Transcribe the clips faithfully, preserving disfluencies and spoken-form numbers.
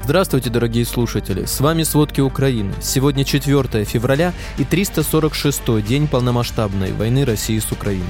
Здравствуйте, дорогие слушатели! С вами «Сводки Украины». Сегодня четвёртое февраля и триста сорок шестой день полномасштабной войны России с Украиной.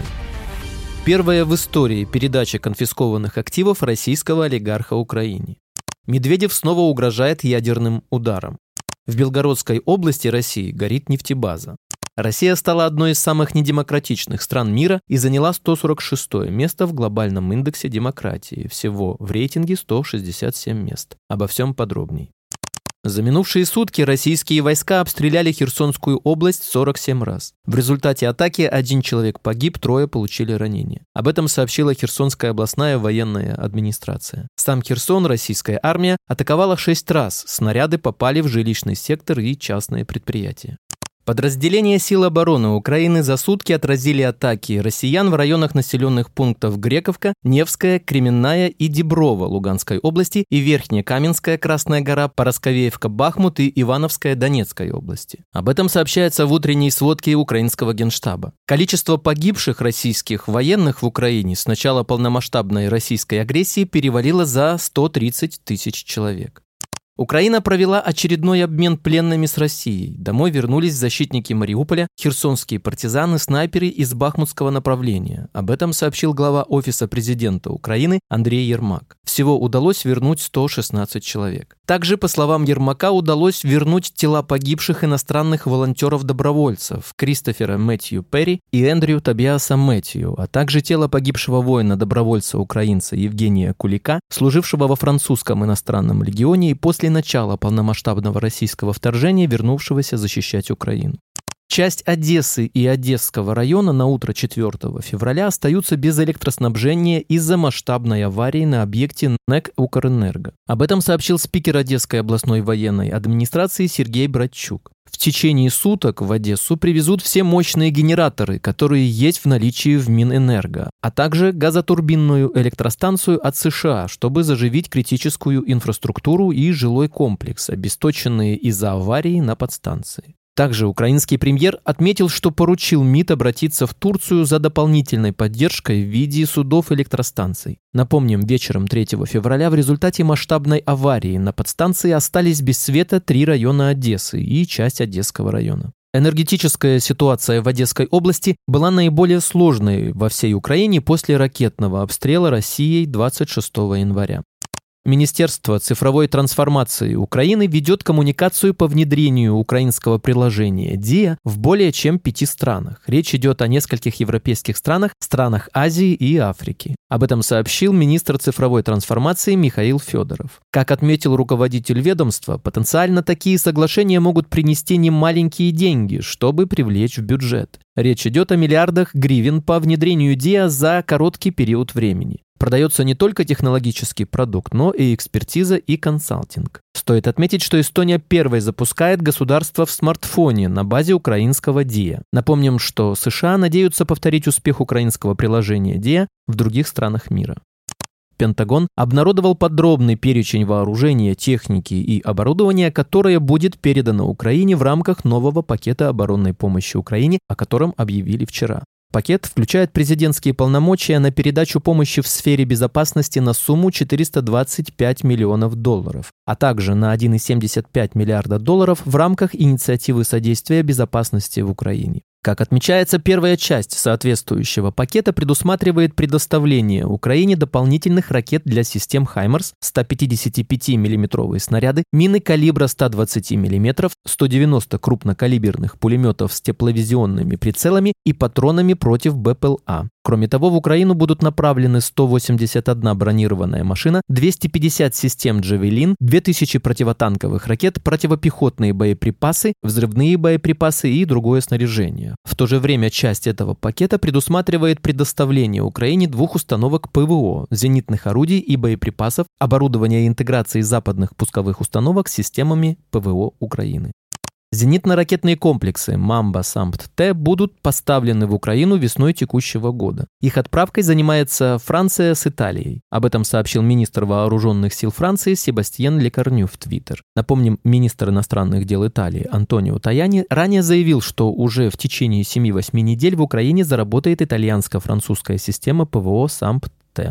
Первая в истории передача конфискованных активов российского олигарха Украине. Медведев снова угрожает ядерным ударом. В Белгородской области России горит нефтебаза. Россия стала одной из самых недемократичных стран мира и заняла сто сорок шестое место в глобальном индексе демократии. Всего в рейтинге сто шестьдесят семь мест. Обо всем подробней. За минувшие сутки российские войска обстреляли Херсонскую область сорок семь раз. В результате атаки один человек погиб, трое получили ранения. Об этом сообщила Херсонская областная военная администрация. Сам Херсон российская армия атаковала шесть раз. Снаряды попали в жилищный сектор и частные предприятия. Подразделения сил обороны Украины за сутки отразили атаки россиян в районах населенных пунктов Грековка, Невская, Кременная и Деброво Луганской области и Верхнекаменская, Красная гора, Поросковеевка, Бахмут и Ивановская Донецкой области. Об этом сообщается в утренней сводке украинского генштаба. Количество погибших российских военных в Украине с начала полномасштабной российской агрессии перевалило за сто тридцать тысяч человек. Украина провела очередной обмен пленными с Россией. Домой вернулись защитники Мариуполя, херсонские партизаны, снайперы из бахмутского направления. Об этом сообщил глава Офиса президента Украины Андрей Ермак. Всего удалось вернуть сто шестнадцать человек. Также, по словам Ермака, удалось вернуть тела погибших иностранных волонтеров-добровольцев Кристофера Мэтью Перри и Эндрю Тобиаса Мэтью, а также тело погибшего воина-добровольца-украинца Евгения Кулика, служившего во французском иностранном легионе и после начала полномасштабного российского вторжения, вернувшегося защищать Украину. Часть Одессы и Одесского района на утро четвёртого февраля остаются без электроснабжения из-за масштабной аварии на объекте НЭК «Укрэнерго». Об этом сообщил спикер Одесской областной военной администрации Сергей Братчук. В течение суток в Одессу привезут все мощные генераторы, которые есть в наличии в Минэнерго, а также газотурбинную электростанцию от США, чтобы заживить критическую инфраструктуру и жилой комплекс, обесточенные из-за аварии на подстанции. Также украинский премьер отметил, что поручил МИД обратиться в Турцию за дополнительной поддержкой в виде судов электростанций. Напомним, вечером третьего февраля в результате масштабной аварии на подстанции остались без света три района Одессы и часть Одесского района. Энергетическая ситуация в Одесской области была наиболее сложной во всей Украине после ракетного обстрела Россией двадцать шестого января. Министерство цифровой трансформации Украины ведет коммуникацию по внедрению украинского приложения ДИА в более чем пяти странах. Речь идет о нескольких европейских странах, странах Азии и Африки. Об этом сообщил министр цифровой трансформации Михаил Федоров. Как отметил руководитель ведомства, потенциально такие соглашения могут принести немаленькие деньги, чтобы привлечь в бюджет. Речь идет о миллиардах гривен по внедрению ДИА за короткий период времени. Продается не только технологический продукт, но и экспертиза и консалтинг. Стоит отметить, что Эстония первой запускает государство в смартфоне на базе украинского ДИА. Напомним, что США надеются повторить успех украинского приложения ДИА в других странах мира. Пентагон обнародовал подробный перечень вооружения, техники и оборудования, которое будет передано Украине в рамках нового пакета оборонной помощи Украине, о котором объявили вчера. Пакет включает президентские полномочия на передачу помощи в сфере безопасности на сумму четыреста двадцать пять миллионов долларов, а также на один целых семьдесят пять миллиарда долларов в рамках инициативы содействия безопасности в Украине. Как отмечается, первая часть соответствующего пакета предусматривает предоставление Украине дополнительных ракет для систем «Хаймарс», сто пятьдесят пять миллиметровые снаряды, мины калибра сто двадцать миллиметров, сто девяносто крупнокалиберных пулеметов с тепловизионными прицелами и патронами против БПЛА. Кроме того, в Украину будут направлены сто восемьдесят одна бронированная машина, двести пятьдесят систем «Джавелин», две тысячи противотанковых ракет, противопехотные боеприпасы, взрывные боеприпасы и другое снаряжение. В то же время часть этого пакета предусматривает предоставление Украине двух установок ПВО, зенитных орудий и боеприпасов, оборудования и интеграции западных пусковых установок с системами ПВО Украины. Зенитно-ракетные комплексы «Мамба-Сампт-Т» будут поставлены в Украину весной текущего года. Их отправкой занимается Франция с Италией. Об этом сообщил министр вооруженных сил Франции Себастьян Лекорню в Твиттер. Напомним, министр иностранных дел Италии Антонио Таяни ранее заявил, что уже в течение семи-восьми недель в Украине заработает итальянско-французская система ПВО «Сампт-Т».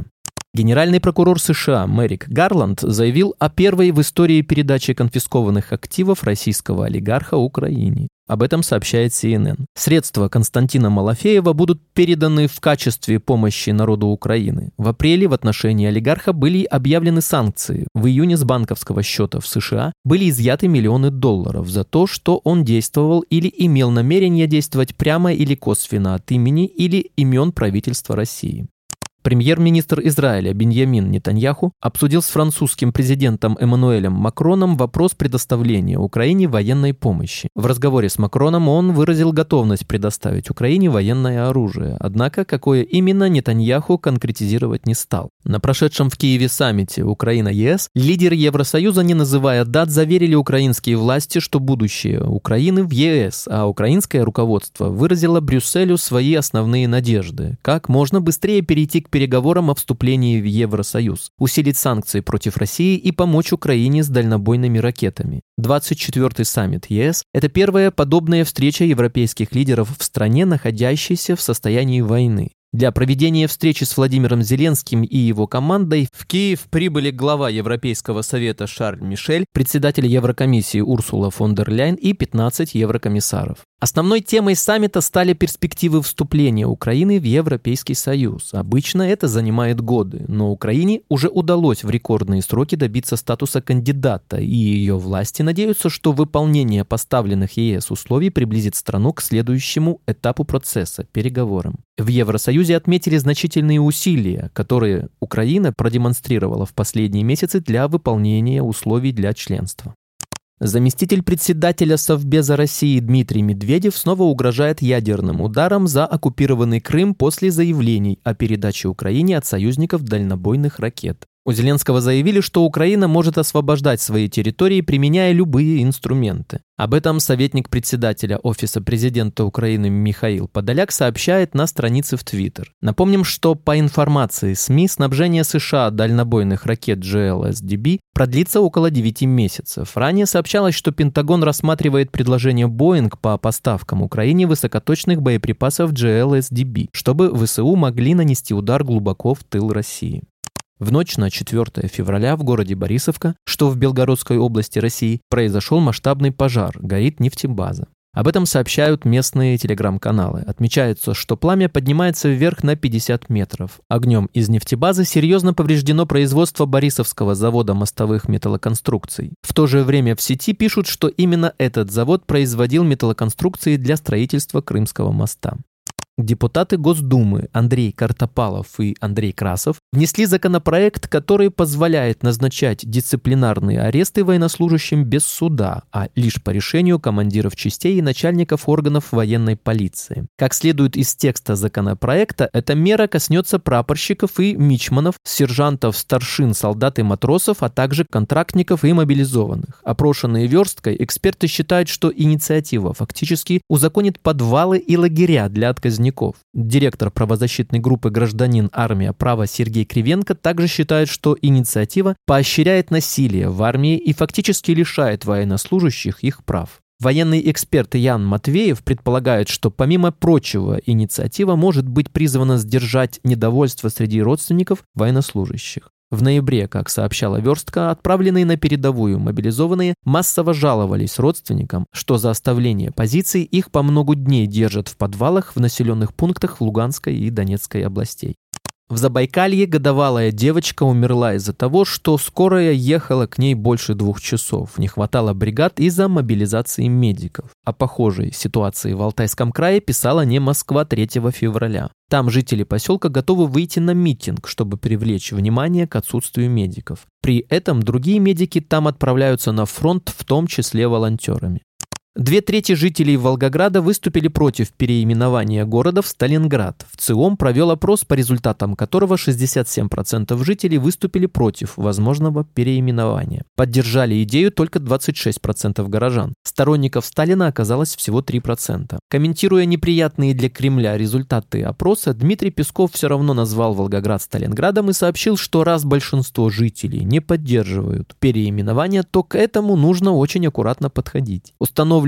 Генеральный прокурор США Мерик Гарланд заявил о первой в истории передаче конфискованных активов российского олигарха Украине. Об этом сообщает си эн эн. Средства Константина Малафеева будут переданы в качестве помощи народу Украины. В апреле в отношении олигарха были объявлены санкции. В июне с банковского счета в США были изъяты миллионы долларов за то, что он действовал или имел намерение действовать прямо или косвенно от имени или имен правительства России. Премьер-министр Израиля Биньямин Нетаньяху обсудил с французским президентом Эммануэлем Макроном вопрос предоставления Украине военной помощи. В разговоре с Макроном он выразил готовность предоставить Украине военное оружие, однако какое именно Нетаньяху конкретизировать не стал. На прошедшем в Киеве саммите Украина-ЕС лидеры Евросоюза, не называя дат, заверили украинские власти, что будущее Украины в ЕС, а украинское руководство выразило Брюсселю свои основные надежды. Как можно быстрее перейти к переговорам о вступлении в Евросоюз, усилить санкции против России и помочь Украине с дальнобойными ракетами. двадцать четвёртый саммит ЕС – это первая подобная встреча европейских лидеров в стране, находящейся в состоянии войны. Для проведения встречи с Владимиром Зеленским и его командой в Киев прибыли глава Европейского совета Шарль Мишель, председатель Еврокомиссии Урсула фон дер Ляйен и пятнадцать еврокомиссаров. Основной темой саммита стали перспективы вступления Украины в Европейский Союз. Обычно это занимает годы, но Украине уже удалось в рекордные сроки добиться статуса кандидата, и ее власти надеются, что выполнение поставленных ЕС условий приблизит страну к следующему этапу процесса – переговорам. В Евросоюзе отметили значительные усилия, которые Украина продемонстрировала в последние месяцы для выполнения условий для членства. Заместитель председателя Совбеза России Дмитрий Медведев снова угрожает ядерным ударом за оккупированный Крым после заявлений о передаче Украине от союзников дальнобойных ракет. У Зеленского заявили, что Украина может освобождать свои территории, применяя любые инструменты. Об этом советник председателя Офиса президента Украины Михаил Подоляк сообщает на странице в Твиттер. Напомним, что по информации СМИ, снабжение США дальнобойных ракет джи эл эс ди би продлится около девяти месяцев. Ранее сообщалось, что Пентагон рассматривает предложение Боинг по поставкам Украине высокоточных боеприпасов джи эл эс ди би, чтобы ВСУ могли нанести удар глубоко в тыл России. В ночь на четвёртое февраля в городе Борисовка, что в Белгородской области России, произошел масштабный пожар, горит нефтебаза. Об этом сообщают местные телеграм-каналы. Отмечается, что пламя поднимается вверх на пятьдесят метров. Огнем из нефтебазы серьезно повреждено производство Борисовского завода мостовых металлоконструкций. В то же время в сети пишут, что именно этот завод производил металлоконструкции для строительства Крымского моста. Депутаты Госдумы Андрей Картопалов и Андрей Красов внесли законопроект, который позволяет назначать дисциплинарные аресты военнослужащим без суда, а лишь по решению командиров частей и начальников органов военной полиции. Как следует из текста законопроекта, эта мера коснется прапорщиков и мичманов, сержантов, старшин, солдат и матросов, а также контрактников и мобилизованных. Опрошенные версткой, эксперты считают, что инициатива фактически узаконит подвалы и лагеря для отказников. Директор правозащитной группы «Гражданин. Армия. Право» Сергей Кривенко также считает, что инициатива поощряет насилие в армии и фактически лишает военнослужащих их прав. Военный эксперт Ян Матвеев предполагает, что помимо прочего инициатива может быть призвана сдержать недовольство среди родственников военнослужащих. В ноябре, как сообщала верстка, отправленные на передовую мобилизованные массово жаловались родственникам, что за оставление позиций их по многу дней держат в подвалах в населенных пунктах в Луганской и Донецкой областей. В Забайкалье годовалая девочка умерла из-за того, что скорая ехала к ней больше двух часов. Не хватало бригад из-за мобилизации медиков. О похожей ситуации в Алтайском крае писала «Не Москва» третьего февраля. Там жители поселка готовы выйти на митинг, чтобы привлечь внимание к отсутствию медиков. При этом другие медики там отправляются на фронт, в том числе волонтерами. Две трети жителей Волгограда выступили против переименования города в Сталинград. ВЦИОМ провел опрос, по результатам которого шестьдесят семь процентов жителей выступили против возможного переименования. Поддержали идею только двадцать шесть процентов горожан. Сторонников Сталина оказалось всего три процента. Комментируя неприятные для Кремля результаты опроса, Дмитрий Песков все равно назвал Волгоград Сталинградом и сообщил, что раз большинство жителей не поддерживают переименование, то к этому нужно очень аккуратно подходить. Установленные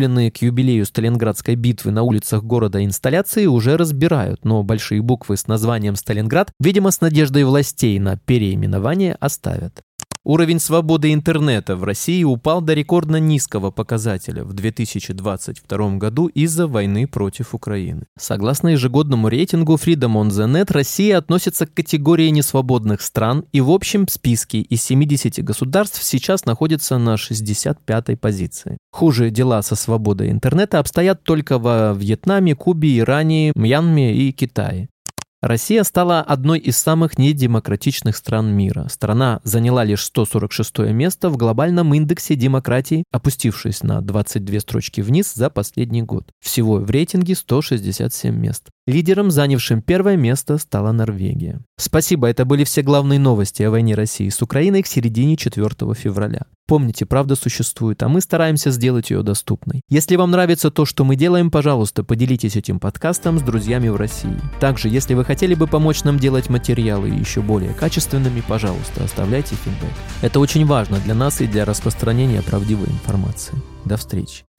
Подготовленные к юбилею Сталинградской битвы на улицах города инсталляции уже разбирают, но большие буквы с названием «Сталинград», видимо, с надеждой властей на переименование оставят. Уровень свободы интернета в России упал до рекордно низкого показателя в две тысячи двадцать втором году из-за войны против Украины. Согласно ежегодному рейтингу Freedom on the Net, Россия относится к категории несвободных стран и в общем списке из семидесяти государств сейчас находится на шестьдесят пятой позиции. Хуже дела со свободой интернета обстоят только во Вьетнаме, Кубе, Иране, Мьянме и Китае. Россия стала одной из самых недемократичных стран мира. Страна заняла лишь сто сорок шестое место в глобальном индексе демократии, опустившись на двадцать две строчки вниз за последний год. Всего в рейтинге сто шестьдесят семь мест. Лидером, занявшим первое место, стала Норвегия. Спасибо, это были все главные новости о войне России с Украиной к середине четвёртого февраля. Помните, правда существует, а мы стараемся сделать ее доступной. Если вам нравится то, что мы делаем, пожалуйста, поделитесь этим подкастом с друзьями в России. Также, если вы хотели бы помочь нам делать материалы еще более качественными, пожалуйста, оставляйте фидбэк. Это очень важно для нас и для распространения правдивой информации. До встречи.